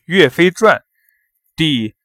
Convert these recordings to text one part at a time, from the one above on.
岳飞传第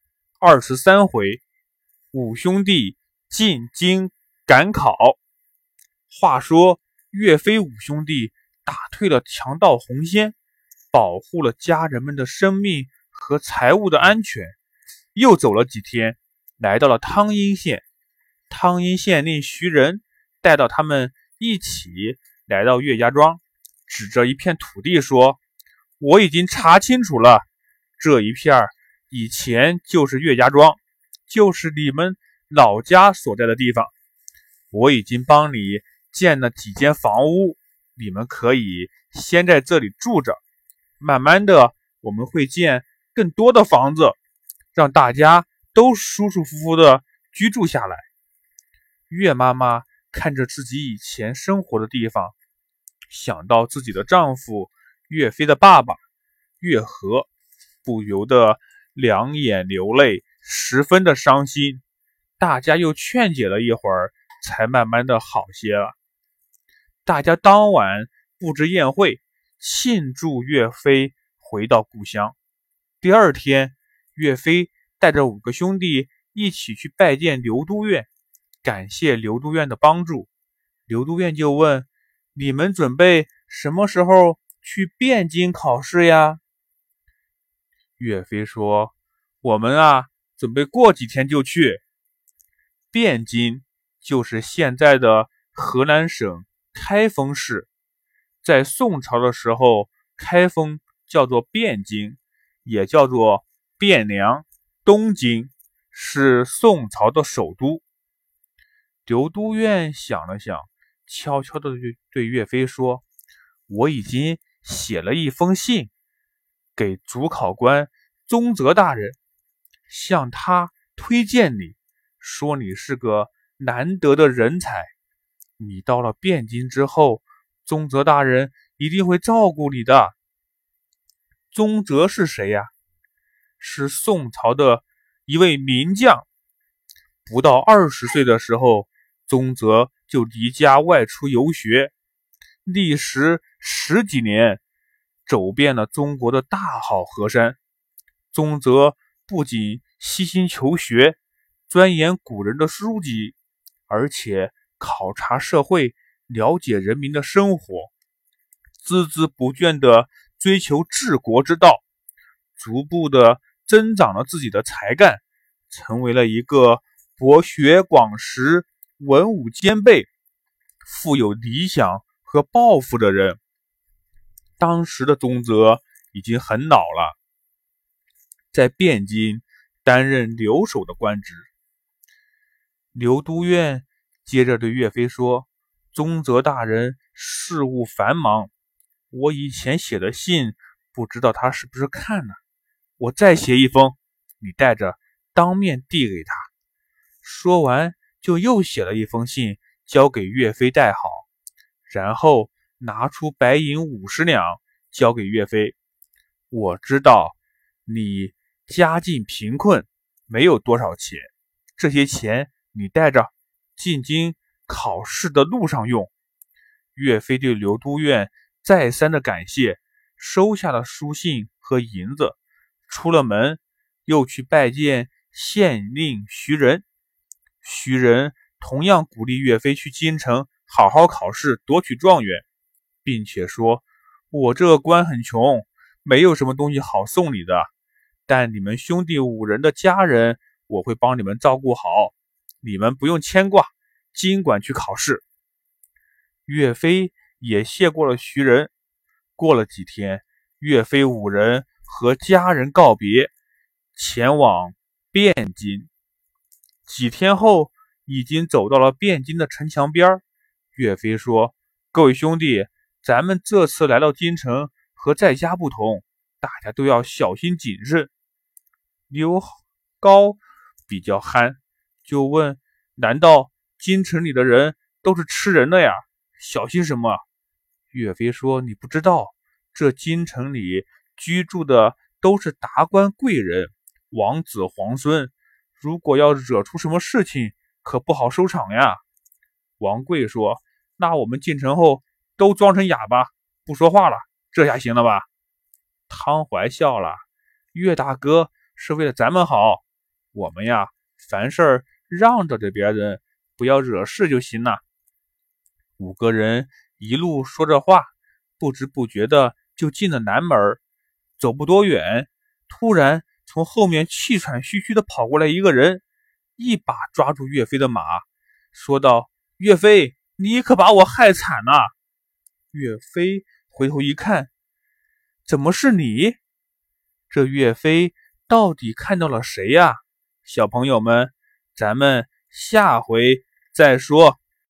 23回，五兄弟进京赶考。话说岳飞五兄弟打退了强盗洪仙，保护了家人们的生命和财物的安全，又走了几天，来到了汤阴县。汤阴县令徐仁带到他们一起来到岳家庄，指着一片土地说：我已经查清楚了，这一片以前就是岳家庄，就是你们老家所在的地方。我已经帮你建了几间房屋，你们可以先在这里住着，慢慢的我们会建更多的房子，让大家都舒舒服服的居住下来。岳妈妈看着自己以前生活的地方，想到自己的丈夫岳飞的爸爸岳和，不由得两眼流泪，十分的伤心。大家又劝解了一会儿，才慢慢的好些了。大家当晚布置宴会，庆祝岳飞回到故乡。第二天，岳飞带着5个兄弟一起去拜见刘都院，感谢刘都院的帮助。刘都院就问：你们准备什么时候去汴京考试呀？岳飞说：我们准备过几天就去。汴京就是现在的河南省开封市，在宋朝的时候，开封叫做汴京，也叫做汴梁、东京，是宋朝的首都。刘都院想了想，悄悄地对岳飞说：我已经写了一封信给主考官宗泽大人，向他推荐你，说你是个难得的人才，你到了汴京之后，宗泽大人一定会照顾你的。宗泽是谁呀？是宋朝的一位名将，不到20岁的时候，宗泽就离家外出游学，历时10几年，走遍了中国的大好河山。宗泽不仅悉心求学，钻研古人的书籍，而且考察社会，了解人民的生活，孜孜不倦地追求治国之道，逐步地增长了自己的才干，成为了一个博学广识、文武兼备、富有理想和抱负的人。当时的宗泽已经很老了，在汴京担任留守的官职。刘都院接着对岳飞说：宗泽大人事务繁忙，我以前写的信不知道他是不是看了，我再写一封，你带着当面递给他。说完就又写了一封信交给岳飞带好，然后拿出白银50两交给岳飞。我知道你家境贫困，没有多少钱，这些钱你带着进京考试的路上用。岳飞对刘都院再三的感谢，收下了书信和银子，出了门又去拜见县令徐仁。徐仁同样鼓励岳飞去京城好好考试，夺取状元，并且说：我这个官很穷，没有什么东西好送你的，但你们兄弟5人的家人我会帮你们照顾好，你们不用牵挂，尽管去考试。岳飞也谢过了徐仁。过了几天，岳飞5人和家人告别，前往汴京。几天后，已经走到了汴京的城墙边。岳飞说：各位兄弟，咱们这次来到京城和在家不同，大家都要小心谨慎。刘高比较憨，就问：难道京城里的人都是吃人的呀？小心什么？岳飞说：你不知道，这京城里居住的都是达官贵人、王子皇孙，如果要惹出什么事情，可不好收场呀。王贵说：那我们进城后都装成哑巴，不说话了，这下行了吧？汤怀笑了： 岳大哥是为了咱们好，我们呀，凡事让着点别人，不要惹事就行了。5个人一路说着话，不知不觉的就进了南门。走不多远，突然从后面气喘吁吁的跑过来一个人，一把抓住岳飞的马，说道：岳飞，你可把我害惨了。岳飞回头一看，怎么是你？这岳飞到底看到了谁呀？小朋友们，咱们下回再说。